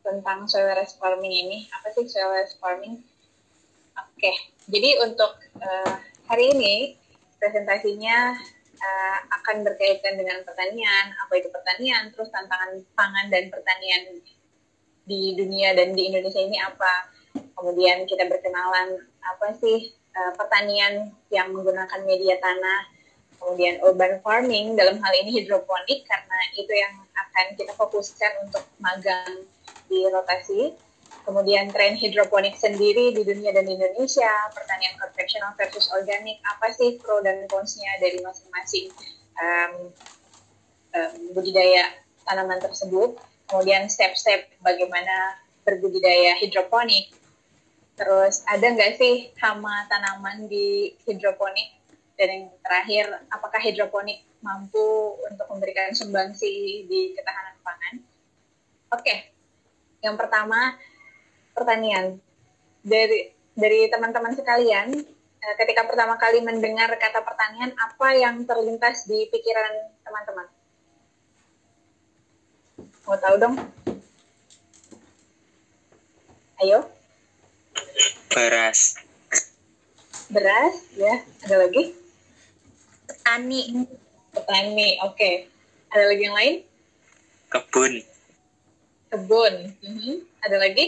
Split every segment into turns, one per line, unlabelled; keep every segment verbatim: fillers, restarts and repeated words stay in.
tentang soil rice farming ini. Apa sih soil rice farming? Oke, okay. Jadi untuk uh, hari ini presentasinya uh, akan berkaitan dengan pertanian, apa itu pertanian, terus tantangan pangan dan pertanian di dunia dan di Indonesia ini apa. Kemudian kita berkenalan apa sih uh, pertanian yang menggunakan media tanah, kemudian urban farming, dalam hal ini hidroponik, karena itu yang akan kita fokuskan untuk magang di rotasi. Kemudian tren hidroponik sendiri di dunia dan di Indonesia, pertanian konvensional versus organik, apa sih pro dan cons-nya dari masing-masing um, um, budidaya tanaman tersebut. Kemudian step-step bagaimana berbudidaya hidroponik. Terus ada nggak sih hama tanaman di hidroponik? Dan yang terakhir, apakah hidroponik mampu untuk memberikan sumbangsi di ketahanan pangan? Oke, yang pertama, pertanian. Dari dari teman-teman sekalian, ketika pertama kali mendengar kata pertanian, apa yang terlintas di pikiran teman-teman? Mau tahu dong? Ayo.
Beras.
Beras, ya. Ada lagi?
Petani.
Petani, oke. Okay. Ada lagi yang lain?
Kebun.
Kebun. Mm-hmm. Ada lagi?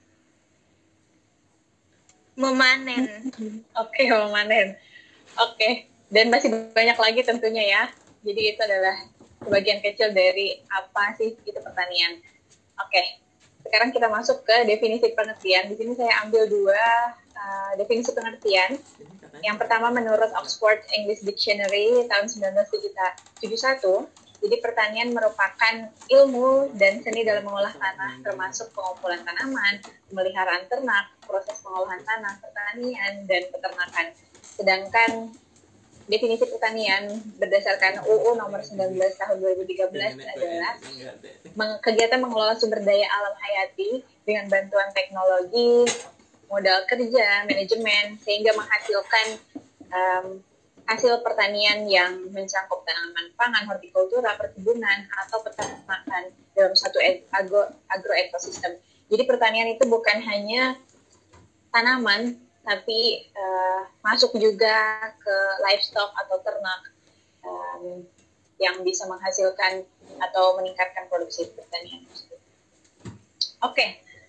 Memanen.
Oke, okay, memanen. Oke. Okay. Dan masih banyak lagi tentunya ya. Jadi itu adalah sebagian kecil dari apa sih itu pertanian. Oke. Okay. Sekarang kita masuk ke definisi pengertian. Di sini saya ambil dua uh, definisi pengertian. Yang pertama menurut Oxford English Dictionary tahun sembilan belas tujuh puluh satu, jadi pertanian merupakan ilmu dan seni dalam mengolah tanah, termasuk pengumpulan tanaman, pemeliharaan ternak, proses pengolahan tanah, pertanian, dan peternakan. Sedangkan definisi pertanian berdasarkan U U nomor sembilan belas tahun dua ribu tiga belas adalah kegiatan mengelola sumber daya alam hayati dengan bantuan teknologi, modal kerja, manajemen, sehingga menghasilkan um, hasil pertanian yang mencakup tanaman pangan, hortikultura, perkebunan, atau peternakan dalam satu agro, agroekosistem. Jadi pertanian itu bukan hanya tanaman, tapi uh, masuk juga ke livestock atau ternak um, yang bisa menghasilkan atau meningkatkan produksi pertanian. Oke. Okay.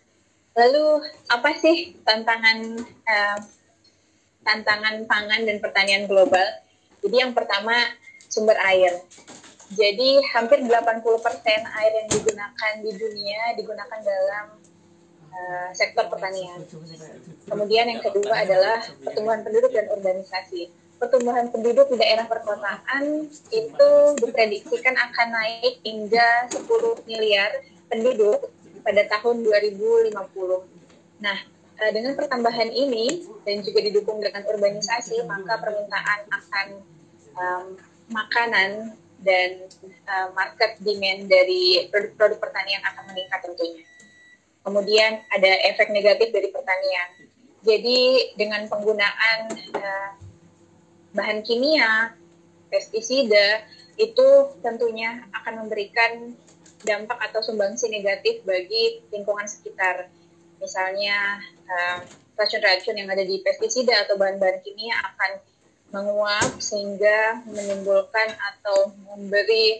Lalu apa sih tantangan uh, tantangan pangan dan pertanian global? Jadi yang pertama sumber air. Jadi hampir delapan puluh persen air yang digunakan di dunia digunakan dalam uh, sektor pertanian. Kemudian yang kedua adalah pertumbuhan penduduk dan urbanisasi. Pertumbuhan penduduk di daerah perkotaan itu diprediksikan akan naik hingga sepuluh miliar penduduk pada tahun dua ribu lima puluh. Nah, dengan pertambahan ini dan juga didukung dengan urbanisasi, maka permintaan akan um, makanan dan uh, market demand dari produk-produk pertanian akan meningkat tentunya. Kemudian ada efek negatif dari pertanian. Jadi dengan penggunaan uh, bahan kimia, pestisida, itu tentunya akan memberikan dampak atau sumbangsi negatif bagi lingkungan sekitar. Misalnya uh, racun-racun yang ada di pestisida atau bahan-bahan kimia akan menguap sehingga menimbulkan atau memberi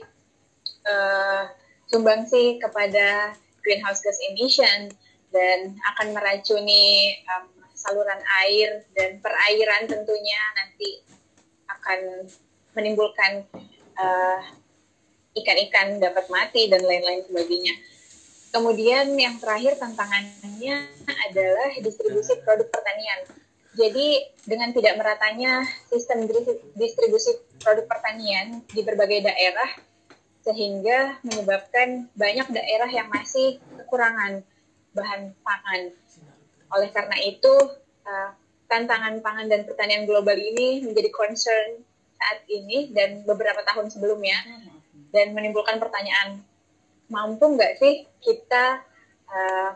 uh, sumbangsi kepada greenhouse gas emission dan akan meracuni um, saluran air dan perairan tentunya nanti akan menimbulkan uh, ikan-ikan dapat mati dan lain-lain sebagainya. Kemudian yang terakhir tantangannya adalah distribusi produk pertanian. Jadi dengan tidak meratanya sistem distribusi produk pertanian di berbagai daerah, sehingga menyebabkan banyak daerah yang masih kekurangan bahan pangan. Oleh karena itu, tantangan pangan dan pertanian global ini menjadi concern saat ini dan beberapa tahun sebelumnya, dan menimbulkan pertanyaan, mampu nggak sih kita uh,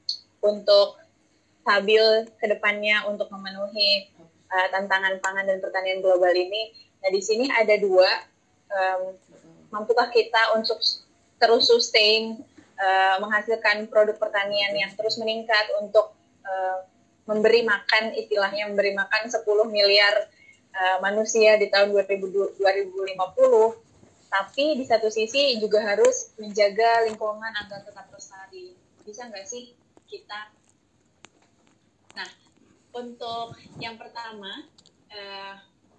untuk stabil ke depannya untuk memenuhi uh, tantangan pangan dan pertanian global ini? Nah, di sini ada dua, um, mampukah kita untuk terus sustain uh, menghasilkan produk pertanian yang terus meningkat untuk uh, memberi makan, istilahnya memberi makan sepuluh miliar uh, manusia di tahun dua ribu lima puluh. Tapi di satu sisi juga harus menjaga lingkungan agar tetap lestari. Bisa nggak sih kita? Nah, untuk yang pertama, uh,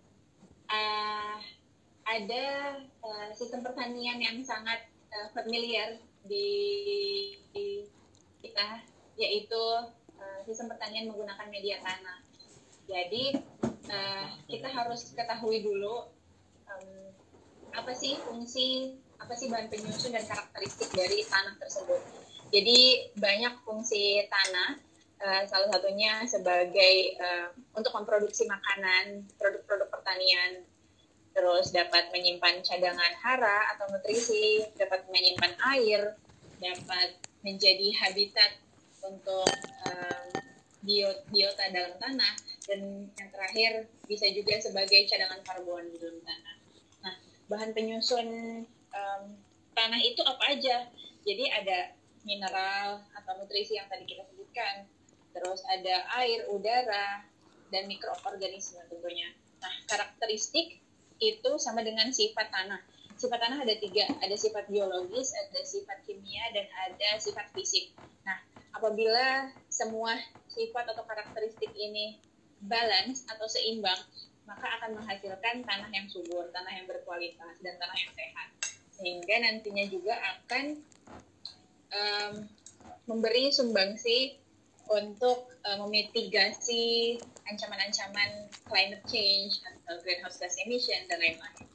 uh, ada uh, sistem pertanian yang sangat uh, familiar di, di kita, yaitu uh, sistem pertanian menggunakan media tanah. Jadi, uh, kita harus ketahui dulu um, apa sih fungsi, apa sih bahan penyusun dan karakteristik dari tanah tersebut. Jadi banyak fungsi tanah, uh, salah satunya sebagai uh, untuk memproduksi makanan, produk-produk pertanian, terus dapat menyimpan cadangan hara atau nutrisi, dapat menyimpan air, dapat menjadi habitat untuk um, biota dalam tanah, dan yang terakhir bisa juga sebagai cadangan karbon di dalam tanah. Bahan penyusun um, tanah itu apa aja? Jadi ada mineral atau nutrisi yang tadi kita sebutkan, terus ada air, udara, dan mikroorganisme tentunya. Nah, karakteristik itu sama dengan sifat tanah. Sifat tanah ada tiga, ada sifat biologis, ada sifat kimia, dan ada sifat fisik. Nah, apabila semua sifat atau karakteristik ini balance atau seimbang, maka akan menghasilkan tanah yang subur, tanah yang berkualitas, dan tanah yang sehat. Sehingga nantinya juga akan um, memberi sumbangsi untuk uh, memitigasi ancaman-ancaman climate change, atau greenhouse gas emission, dan lain-lain.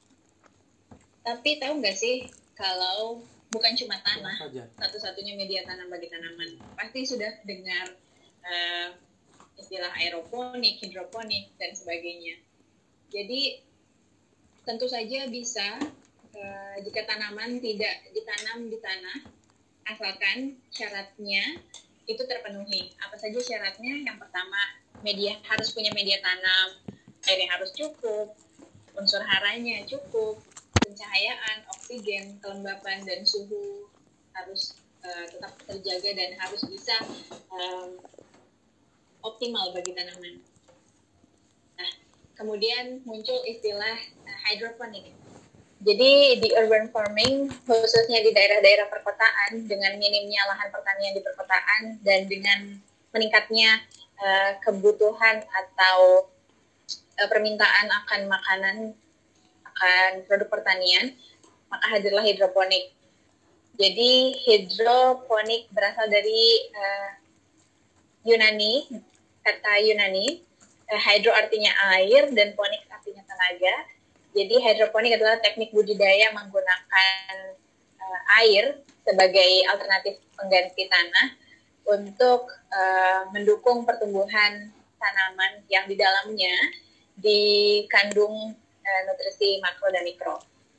Tapi tahu nggak sih, kalau bukan cuma tanah, satu-satunya media tanam bagi tanaman. Pasti sudah dengar uh, istilah aeroponik, hidroponik, dan sebagainya. Jadi tentu saja bisa uh, jika tanaman tidak ditanam di tanah, asalkan syaratnya itu terpenuhi. Apa saja syaratnya? Yang pertama, media harus punya media tanam, airnya harus cukup, unsur haranya cukup, pencahayaan, oksigen, kelembapan, dan suhu harus uh, tetap terjaga dan harus bisa um, optimal bagi tanaman. Nah, kemudian muncul istilah uh, hydroponic. Jadi di urban farming, khususnya di daerah-daerah perkotaan, dengan minimnya lahan pertanian di perkotaan dan dengan meningkatnya uh, kebutuhan atau uh, permintaan akan makanan, akan produk pertanian, maka hadirlah hidroponik. Jadi hidroponik berasal dari uh, Yunani, kata Yunani, uh, hydro artinya air dan ponik artinya tenaga. Jadi hidroponik adalah teknik budidaya menggunakan uh, air sebagai alternatif pengganti tanah untuk uh, mendukung pertumbuhan tanaman yang di dalamnya dikandung uh, nutrisi makro dan mikro.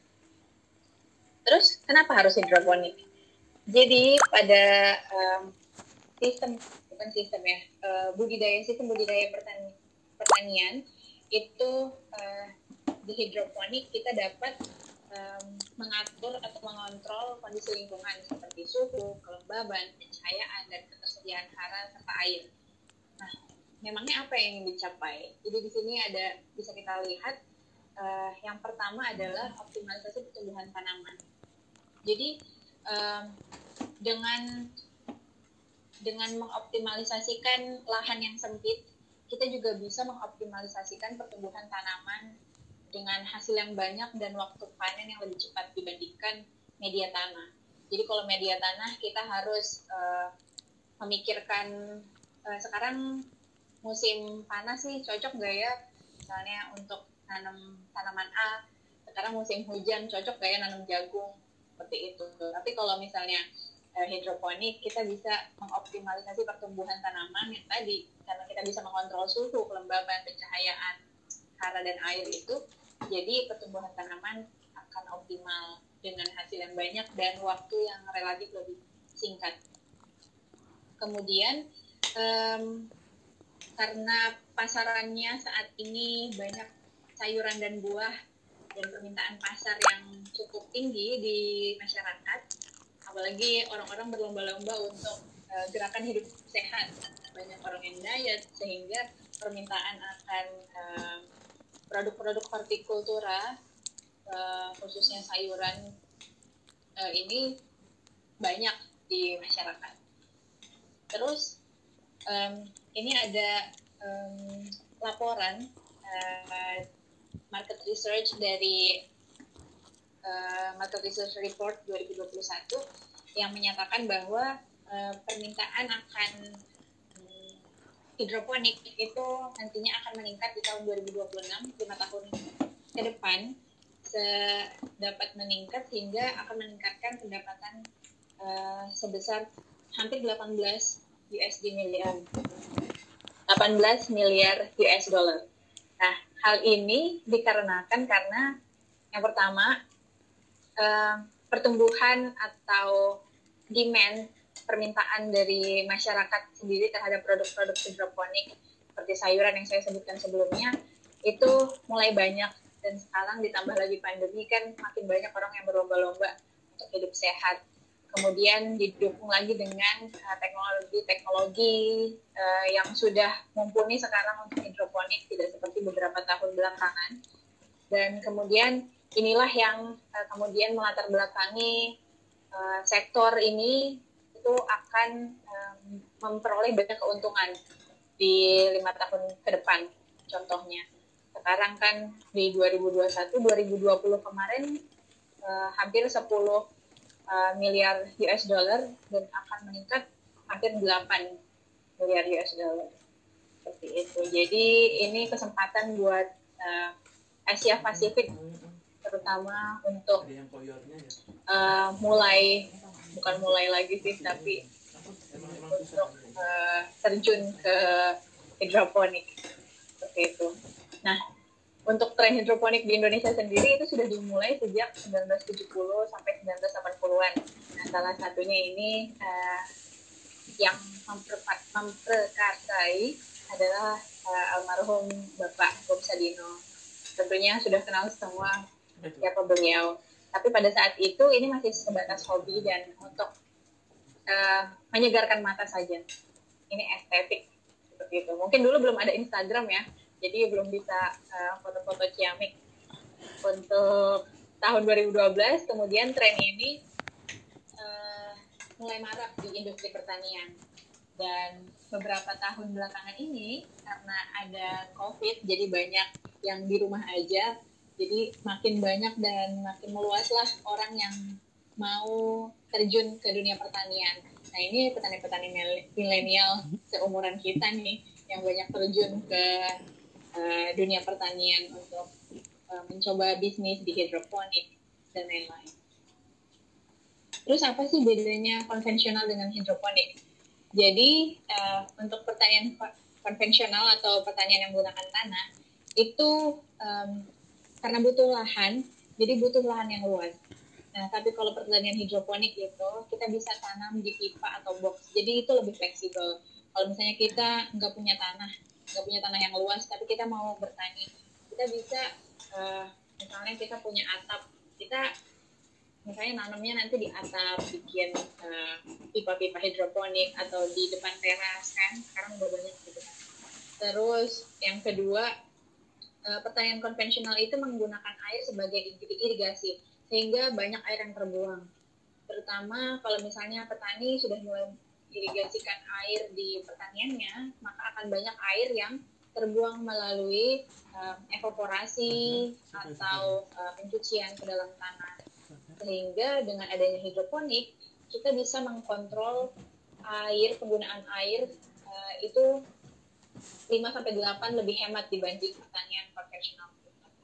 Terus kenapa harus hidroponik? Jadi pada um, sistem bukan sistem ya uh, budidaya sistem budidaya pertanian, pertanian itu uh, di hidroponik kita dapat um, mengatur atau mengontrol kondisi lingkungan seperti suhu, kelembaban, pencahayaan, dan ketersediaan hara serta air. Nah, memangnya apa yang ingin dicapai? Jadi di sini ada bisa kita lihat uh, yang pertama adalah optimalisasi pertumbuhan tanaman. Jadi um, dengan dengan mengoptimalisasikan lahan yang sempit, kita juga bisa mengoptimalisasikan pertumbuhan tanaman dengan hasil yang banyak dan waktu panen yang lebih cepat dibandingkan media tanah. Jadi kalau media tanah kita harus uh, memikirkan uh, sekarang musim panas sih cocok nggak ya, misalnya untuk tanam tanaman A, sekarang musim hujan cocok nggak ya nanam jagung, seperti itu. Tapi kalau misalnya hidroponik, kita bisa mengoptimalisasi pertumbuhan tanaman yang tadi, karena kita bisa mengontrol suhu, kelembaban, pencahayaan, hara, dan air itu, jadi pertumbuhan tanaman akan optimal dengan hasil yang banyak dan waktu yang relatif lebih singkat. Kemudian, um, karena pasarannya saat ini banyak sayuran dan buah dan permintaan pasar yang cukup tinggi di masyarakat, apalagi orang-orang berlomba-lomba untuk uh, gerakan hidup sehat. Banyak orang yang diet, sehingga permintaan akan uh, produk-produk hortikultura, uh, khususnya sayuran uh, ini banyak di masyarakat. Terus um, ini ada um, laporan uh, market research dari uh, Market Research Report dua ribu dua puluh satu yang menyatakan bahwa uh, permintaan akan um, hidroponik itu nantinya akan meningkat di tahun dua ribu dua puluh enam, lima tahun ke depan dapat meningkat hingga akan meningkatkan pendapatan uh, sebesar hampir delapan belas U S D miliar delapan belas miliar U S dollar. Nah, hal ini dikarenakan karena yang pertama uh, pertumbuhan atau demand permintaan dari masyarakat sendiri terhadap produk-produk hidroponik seperti sayuran yang saya sebutkan sebelumnya itu mulai banyak, dan sekarang ditambah lagi pandemi kan makin banyak orang yang berlomba-lomba untuk hidup sehat. Kemudian didukung lagi dengan uh, teknologi-teknologi uh, yang sudah mumpuni sekarang untuk hidroponik, tidak seperti beberapa tahun belakangan. Dan kemudian inilah yang uh, kemudian melatar belakangi uh, sektor ini itu akan um, memperoleh banyak keuntungan di lima tahun ke depan. Contohnya, sekarang kan di dua ribu dua puluh satu dua ribu dua puluh kemarin uh, hampir sepuluh Uh, miliar U S dollar dan akan meningkat hampir delapan miliar U S dollar seperti itu. Jadi ini kesempatan buat uh, Asia Pasifik terutama untuk uh, mulai bukan mulai lagi sih tapi untuk uh, terjun ke hidroponik seperti itu. Nah, untuk tren hidroponik di Indonesia sendiri itu sudah dimulai sejak seribu sembilan ratus tujuh puluh sampai seribu sembilan ratus delapan puluhan. Nah, salah satunya ini uh, yang memperkarsai adalah uh, almarhum Bapak Bob Sadino. Tentunya sudah kenal semua siapa beliau. Tapi pada saat itu ini masih sebatas hobi dan untuk uh, menyegarkan mata saja. Ini estetik seperti itu. Mungkin dulu belum ada Instagram ya. Jadi belum bisa uh, foto-foto ciamik. Untuk tahun dua ribu dua belas, kemudian tren ini uh, mulai marak di industri pertanian. Dan beberapa tahun belakangan ini, karena ada COVID, jadi banyak yang di rumah aja. Jadi makin banyak dan makin meluaslah orang yang mau terjun ke dunia pertanian. Nah, ini petani-petani milenial seumuran kita nih, yang banyak terjun ke Uh, dunia pertanian untuk uh, mencoba bisnis di hidroponik dan lain-lain. Terus apa sih bedanya konvensional dengan hidroponik? Jadi uh, untuk pertanian konvensional atau pertanian yang menggunakan tanah itu um, karena butuh lahan, jadi butuh lahan yang luas. Nah, tapi kalau pertanian hidroponik itu kita bisa tanam di pipa atau box, jadi itu lebih fleksibel. Kalau misalnya kita nggak punya tanah, nggak punya tanah yang luas, tapi kita mau bertani, kita bisa, uh, misalnya kita punya atap, kita misalnya nanamnya nanti di atap, bikin uh, pipa-pipa hidroponik, atau di depan teras, kan, sekarang udah banyak gitu. Terus yang kedua, uh, pertanian konvensional itu menggunakan air sebagai irigasi, sehingga banyak air yang terbuang. Terutama kalau misalnya petani sudah mulai irigasikan air di pertaniannya, maka akan banyak air yang terbuang melalui uh, evaporasi atau uh, pencucian ke dalam tanah. Sehingga dengan adanya hidroponik, kita bisa mengkontrol air, penggunaan air uh, itu lima sampai delapan lebih hemat dibanding pertanian konvensional.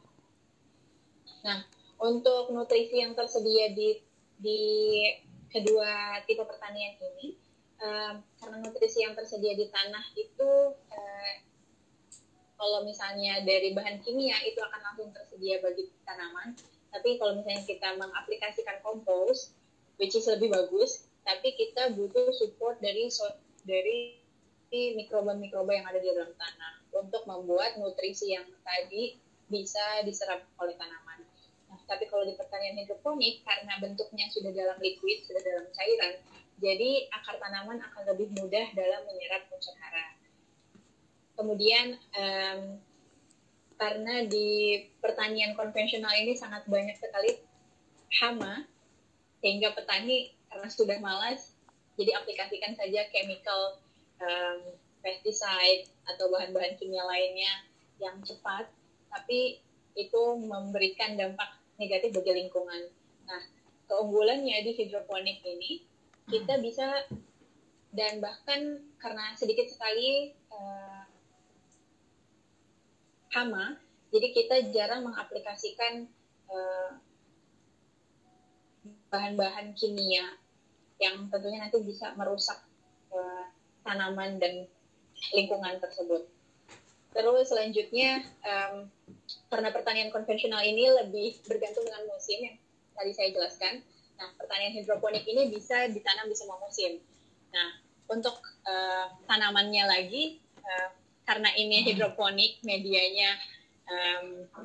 Nah, untuk nutrisi yang tersedia di di kedua tipe pertanian ini, Uh, karena nutrisi yang tersedia di tanah itu uh, kalau misalnya dari bahan kimia itu akan langsung tersedia bagi tanaman, tapi kalau misalnya kita mengaplikasikan kompos, which is lebih bagus, tapi kita butuh support dari dari mikroba-mikroba yang ada di dalam tanah untuk membuat nutrisi yang tadi bisa diserap oleh tanaman. Nah, Tapi kalau di pertanian hidroponik, karena bentuknya sudah dalam liquid, sudah dalam cairan, jadi akar tanaman akan lebih mudah dalam menyerap unsur hara. Kemudian um, karena di pertanian konvensional ini sangat banyak sekali hama, sehingga petani karena sudah malas, jadi aplikasikan saja chemical um, pesticide atau bahan-bahan kimia lainnya yang cepat, tapi itu memberikan dampak negatif bagi lingkungan. Nah, keunggulannya di hidroponik ini, kita bisa, dan bahkan karena sedikit sekali uh, hama, jadi kita jarang mengaplikasikan uh, bahan-bahan kimia yang tentunya nanti bisa merusak uh, tanaman dan lingkungan tersebut. Terus selanjutnya, um, karena pertanian konvensional ini lebih bergantung dengan musim yang tadi saya jelaskan. Nah, pertanian hidroponik ini bisa ditanam di semua musim. Nah, untuk uh, tanamannya lagi, uh, karena ini hidroponik, medianya um,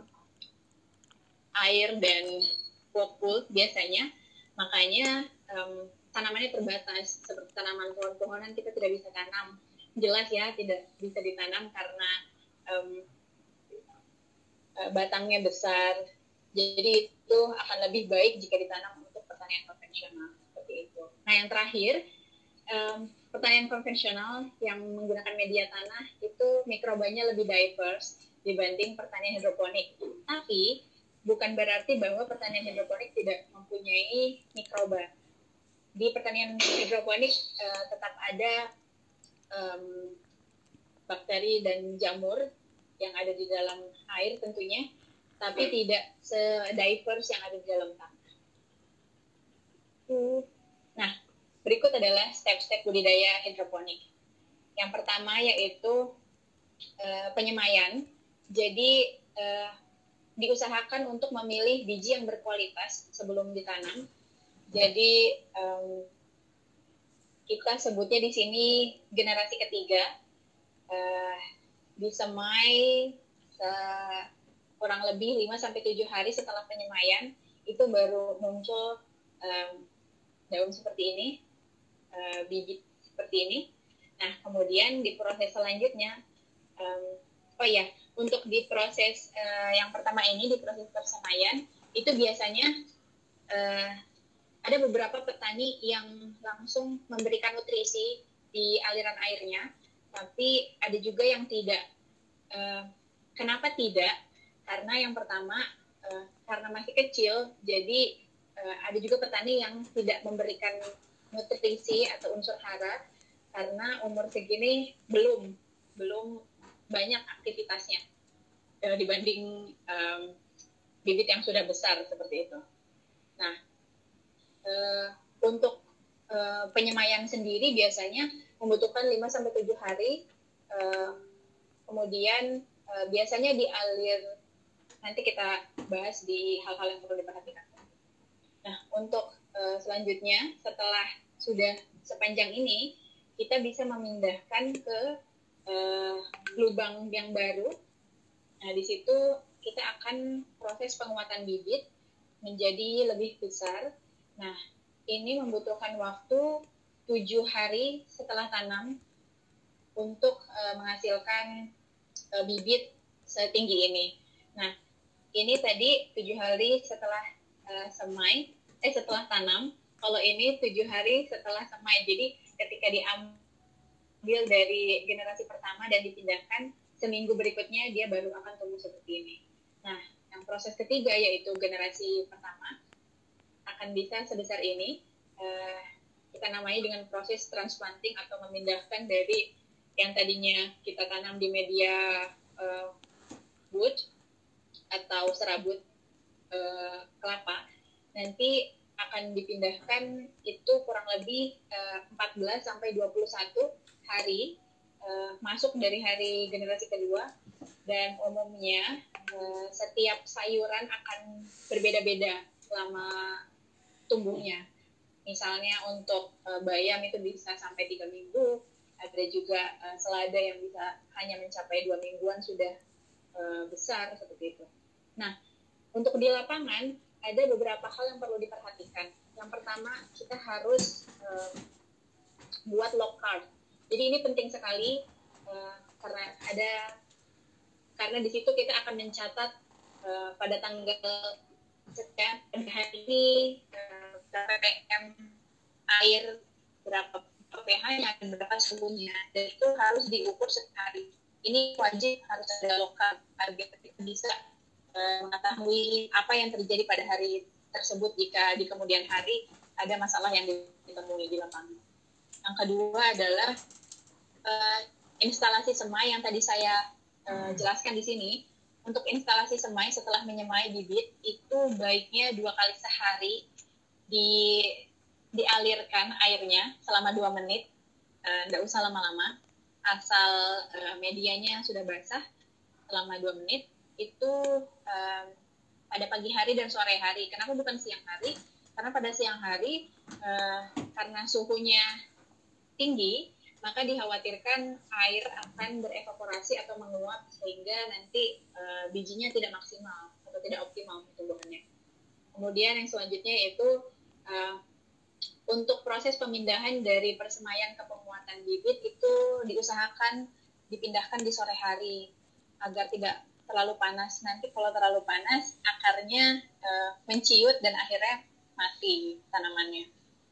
air dan pool biasanya, makanya um, tanamannya terbatas. Seperti tanaman pohon-pohonan kita tidak bisa tanam, jelas ya tidak bisa ditanam karena um, batangnya besar. Jadi itu akan lebih baik jika ditanam untuk pertanian konvensional seperti itu. Nah, yang terakhir, um, pertanian konvensional yang menggunakan media tanah itu mikrobanya lebih diverse dibanding pertanian hidroponik. Tapi bukan berarti bahwa pertanian hidroponik tidak mempunyai mikroba. Di pertanian hidroponik uh, tetap ada um, bakteri dan jamur yang ada di dalam air tentunya, tapi tidak se-diverse yang ada di dalam tanah. Nah, berikut adalah step-step budidaya hidroponik. Yang pertama yaitu uh, penyemaian. Jadi uh, diusahakan untuk memilih biji yang berkualitas sebelum ditanam. Jadi um, kita sebutnya di sini generasi ketiga, uh, disemai uh, kurang lebih lima sampai tujuh hari setelah penyemaian, itu baru muncul um, daun seperti ini, uh, biji seperti ini. Nah, kemudian di proses selanjutnya, um, oh ya, untuk di proses uh, yang pertama ini, di proses persemaian, itu biasanya uh, ada beberapa petani yang langsung memberikan nutrisi di aliran airnya, tapi ada juga yang tidak. Uh, kenapa tidak? Karena yang pertama, uh, karena masih kecil, jadi uh, ada juga petani yang tidak memberikan nutrisi atau unsur hara, karena umur segini belum, belum banyak aktivitasnya uh, dibanding um, bibit yang sudah besar seperti itu. Nah, uh, untuk uh, penyemaian sendiri biasanya membutuhkan lima sampai tujuh hari, uh, kemudian uh, biasanya dialir, nanti kita bahas di hal-hal yang perlu diperhatikan. Nah, untuk uh, selanjutnya, setelah sudah sepanjang ini, kita bisa memindahkan ke uh, lubang yang baru. Nah, di situ kita akan proses penguatan bibit menjadi lebih besar. Nah, ini membutuhkan waktu tujuh hari setelah tanam untuk uh, menghasilkan uh, bibit setinggi ini. Nah, ini tadi tujuh hari setelah uh, semai, eh setelah tanam. Kalau ini tujuh hari setelah semai. Jadi ketika diambil dari generasi pertama dan dipindahkan, seminggu berikutnya dia baru akan tumbuh seperti ini. Nah, yang proses ketiga yaitu generasi pertama akan bisa sebesar ini. Uh, kita namai dengan proses transplanting atau memindahkan dari yang tadinya kita tanam di media uh, wood atau serabut uh, kelapa, nanti akan dipindahkan itu kurang lebih uh, empat belas sampai dua puluh satu hari uh, masuk dari hari generasi kedua, dan umumnya uh, setiap sayuran akan berbeda-beda selama tumbuhnya. Misalnya untuk uh, bayam itu bisa sampai tiga minggu, ada juga uh, selada yang bisa hanya mencapai dua mingguan sudah uh, besar seperti itu. Nah, untuk di lapangan ada beberapa hal yang perlu diperhatikan. Yang pertama, kita harus uh, buat log card. Jadi ini penting sekali uh, karena ada karena di situ kita akan mencatat uh, pada tanggal sekian pada hari ini uh, berapa ppm air, berapa pH-nya, dan berapa suhunya, dan itu harus diukur setiap hari. Ini wajib harus ada log card agar kita bisa uh, mengetahui apa yang terjadi pada hari tersebut jika di kemudian hari ada masalah yang ditemui di lapangan. Yang kedua adalah uh, instalasi semai yang tadi saya uh, jelaskan di sini. Untuk instalasi semai setelah menyemai bibit itu baiknya dua kali sehari di dialirkan airnya selama dua menit, tidak uh, usah lama-lama, asal uh, medianya sudah basah selama dua menit. Itu uh, pada pagi hari dan sore hari. Kenapa bukan siang hari? Karena pada siang hari uh, karena suhunya tinggi, maka dikhawatirkan air akan berevaporasi atau menguap sehingga nanti uh, bijinya tidak maksimal atau tidak optimal pertumbuhannya. Kemudian yang selanjutnya yaitu uh, untuk proses pemindahan dari persemaian ke penguatan bibit itu diusahakan dipindahkan di sore hari agar tidak terlalu panas. Nanti kalau terlalu panas akarnya uh, menciut dan akhirnya mati tanamannya.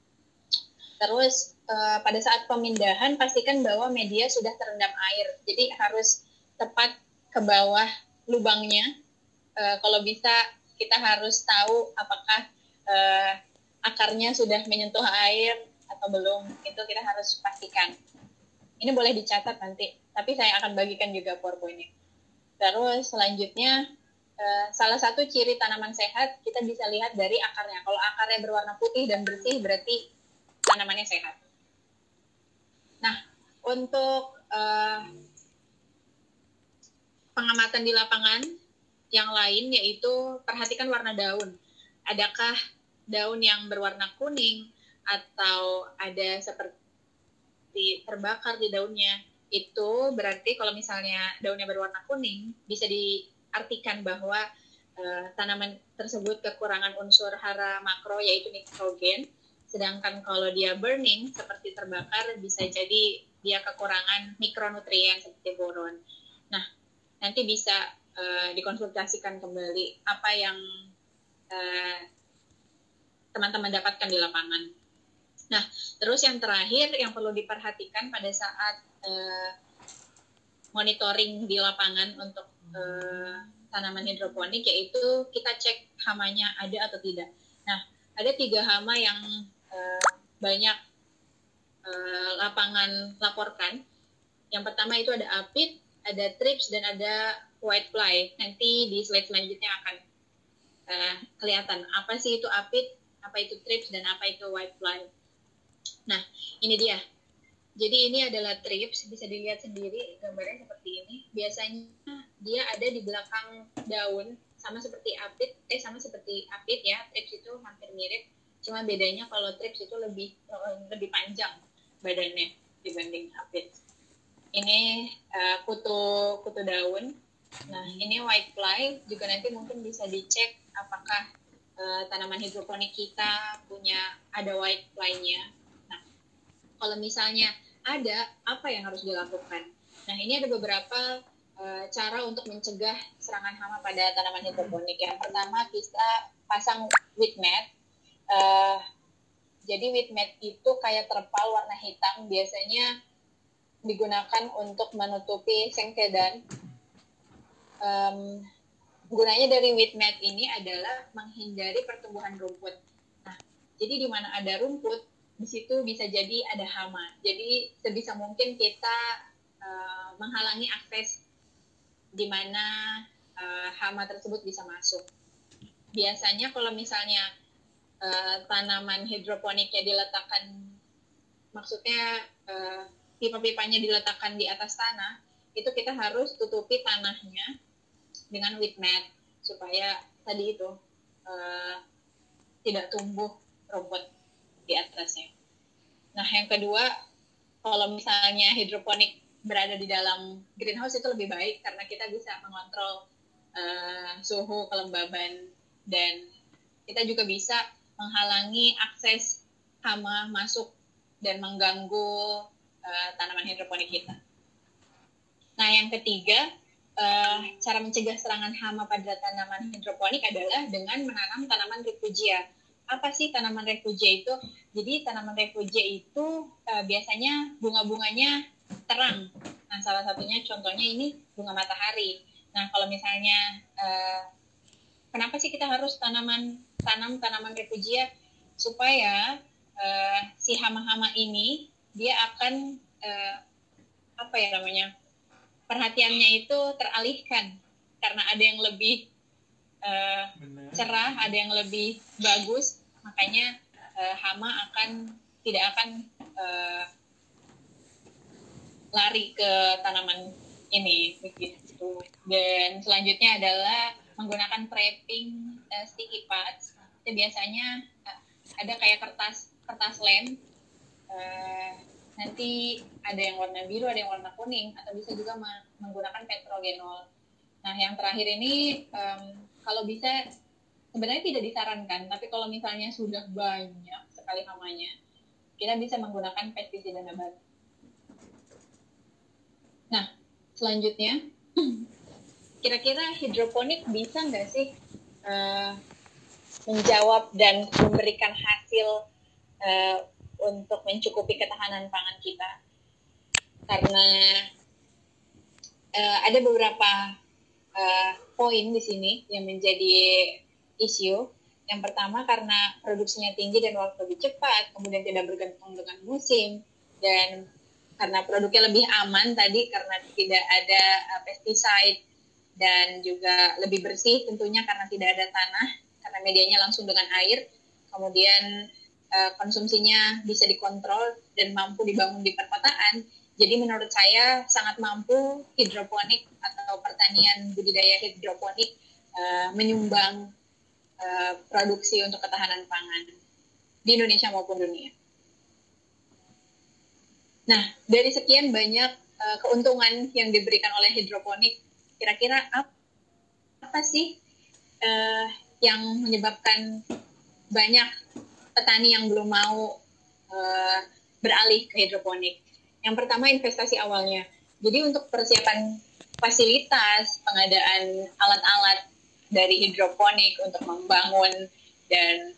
Terus uh, pada saat pemindahan pastikan bahwa media sudah terendam air. Jadi harus tepat ke bawah lubangnya. Uh, kalau bisa kita harus tahu apakah uh, akarnya sudah menyentuh air atau belum. Itu kita harus pastikan. Ini boleh dicatat nanti, tapi saya akan bagikan juga PowerPoint-nya. Terus selanjutnya uh, salah satu ciri tanaman sehat kita bisa lihat dari akarnya. Kalau akarnya berwarna putih dan bersih berarti tanamannya sehat. Nah, untuk uh, pengamatan di lapangan yang lain yaitu perhatikan warna daun. Adakah daun yang berwarna kuning atau ada seperti terbakar di daunnya? Itu berarti kalau misalnya daunnya berwarna kuning, bisa diartikan bahwa uh, tanaman tersebut kekurangan unsur hara makro yaitu nitrogen. Sedangkan kalau dia burning, seperti terbakar, bisa jadi dia kekurangan mikronutrien seperti boron. Nah, nanti bisa uh, dikonsultasikan kembali apa yang uh, teman-teman dapatkan di lapangan. Nah, terus yang terakhir yang perlu diperhatikan pada saat uh, monitoring di lapangan untuk uh, tanaman hidroponik, yaitu kita cek hamanya ada atau tidak. Nah, ada tiga hama yang Uh, banyak uh, lapangan laporkan. Yang pertama itu ada aphid, ada thrips, dan ada whitefly. Nanti di slide selanjutnya akan uh, kelihatan apa sih itu aphid, apa itu thrips, dan apa itu whitefly. Nah, ini dia. Jadi ini adalah thrips, bisa dilihat sendiri gambarnya seperti ini. Biasanya dia ada di belakang daun, sama seperti aphid, eh sama seperti aphid ya. Thrips itu hampir mirip. Cuma bedanya kalau thrips itu lebih lebih panjang badannya dibanding aphid. Ini uh, kutu kutu daun. Nah, ini whitefly juga nanti mungkin bisa dicek apakah uh, tanaman hidroponik kita punya ada whitefly-nya. Nah, kalau misalnya ada, apa yang harus dilakukan? Nah, ini ada beberapa uh, cara untuk mencegah serangan hama pada tanaman hidroponik. Yang pertama kita pasang weed mat. Uh, jadi weed mat itu kayak terpal warna hitam, biasanya digunakan untuk menutupi sengkedan. Um, gunanya dari weed mat ini adalah menghindari pertumbuhan rumput. Nah, jadi di mana ada rumput, di situ bisa jadi ada hama. Jadi sebisa mungkin kita uh, menghalangi akses di mana uh, hama tersebut bisa masuk. Biasanya kalau misalnya Uh, tanaman hidroponiknya diletakkan, maksudnya uh, pipa-pipanya diletakkan di atas tanah, itu kita harus tutupi tanahnya dengan weed mat supaya tadi itu uh, tidak tumbuh rumput di atasnya. Nah, yang kedua, kalau misalnya hidroponik berada di dalam greenhouse itu lebih baik karena kita bisa mengontrol uh, suhu, kelembaban, dan kita juga bisa menghalangi akses hama masuk dan mengganggu uh, tanaman hidroponik kita. Nah, yang ketiga, uh, cara mencegah serangan hama pada tanaman hidroponik adalah dengan menanam tanaman refugia. Apa sih tanaman refugia itu? Jadi tanaman refugia itu uh, biasanya bunga-bunganya terang. Nah, salah satunya contohnya ini bunga matahari. Nah, kalau misalnya uh, kenapa sih kita harus tanaman tanam tanaman refugia? Supaya uh, si hama-hama ini dia akan uh, apa ya namanya? perhatiannya itu teralihkan karena ada yang lebih uh, cerah, ada yang lebih bagus, makanya uh, hama akan tidak akan uh, lari ke tanaman ini begitu. Dan selanjutnya adalah menggunakan trapping uh, sticky pads. Itu biasanya uh, ada kayak kertas kertas lem. Uh, nanti ada yang warna biru, ada yang warna kuning, atau bisa juga menggunakan petrogenol. Nah, yang terakhir ini um, kalau bisa sebenarnya tidak disarankan, tapi kalau misalnya sudah banyak sekali hamanya, kita bisa menggunakan pestisida nabati. Nah, selanjutnya, kira-kira hidroponik bisa nggak sih uh, menjawab dan memberikan hasil uh, untuk mencukupi ketahanan pangan kita? Karena uh, ada beberapa uh, poin di sini yang menjadi isu. Yang pertama karena produksinya tinggi dan waktu lebih cepat, kemudian tidak bergantung dengan musim, dan karena produknya lebih aman tadi karena tidak ada uh, pesticide, dan juga lebih bersih tentunya karena tidak ada tanah, karena medianya langsung dengan air. Kemudian uh, konsumsinya bisa dikontrol dan mampu dibangun di perkotaan. Jadi menurut saya sangat mampu hidroponik atau pertanian budidaya hidroponik uh, menyumbang uh, produksi untuk ketahanan pangan di Indonesia maupun dunia. Nah, dari sekian banyak uh, keuntungan yang diberikan oleh hidroponik, kira-kira apa, apa sih uh, yang menyebabkan banyak petani yang belum mau uh, beralih ke hidroponik? Yang pertama, investasi awalnya. Jadi untuk persiapan fasilitas, pengadaan alat-alat dari hidroponik untuk membangun dan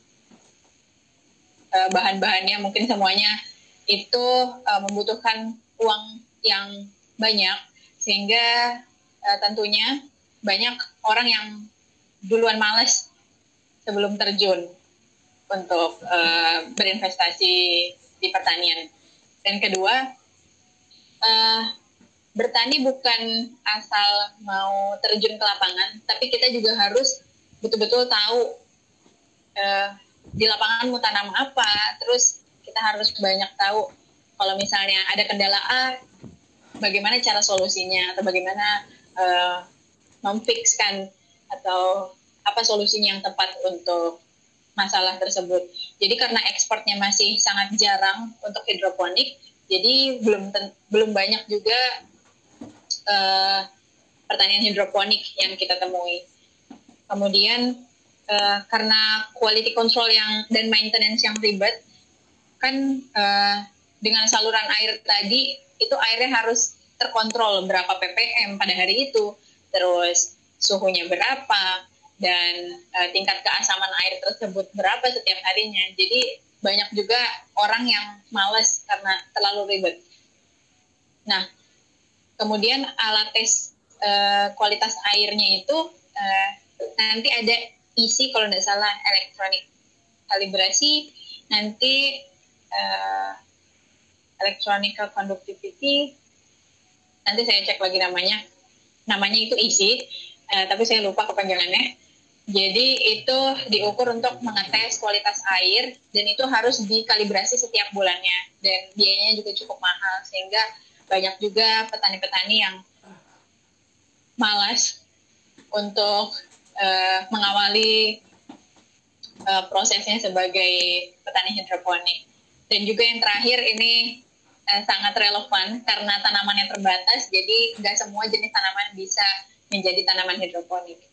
uh, bahan-bahannya mungkin semuanya itu uh, membutuhkan uang yang banyak, sehingga uh, tentunya banyak orang yang duluan malas sebelum terjun untuk uh, berinvestasi di pertanian. Dan kedua, uh, bertani bukan asal mau terjun ke lapangan, tapi kita juga harus betul-betul tahu uh, di lapangan mau tanam apa, terus kita harus banyak tahu kalau misalnya ada kendala A, bagaimana cara solusinya, atau bagaimana uh, memfixkan atau apa solusinya yang tepat untuk masalah tersebut. Jadi karena ekspornya masih sangat jarang untuk hidroponik, jadi belum ten- belum banyak juga uh, pertanian hidroponik yang kita temui. Kemudian uh, karena quality control yang dan maintenance yang ribet, kan uh, dengan saluran air tadi itu airnya harus terkontrol berapa ppm pada hari itu, terus suhunya berapa, dan uh, tingkat keasaman air tersebut berapa setiap harinya. Jadi banyak juga orang yang malas karena terlalu ribet. Nah, kemudian alat tes uh, kualitas airnya itu uh, nanti ada isi kalau tidak salah elektronik kalibrasi, nanti uh, electronical conductivity, nanti saya cek lagi namanya, namanya itu isi, uh, tapi saya lupa kepanjangannya. Jadi itu diukur untuk mengetes kualitas air, dan itu harus dikalibrasi setiap bulannya, dan biayanya juga cukup mahal, sehingga banyak juga petani-petani yang malas untuk uh, mengawali uh, prosesnya sebagai petani hidroponik. Dan juga yang terakhir ini uh, sangat relevan karena tanamannya terbatas, jadi nggak semua jenis tanaman bisa menjadi tanaman hidroponik.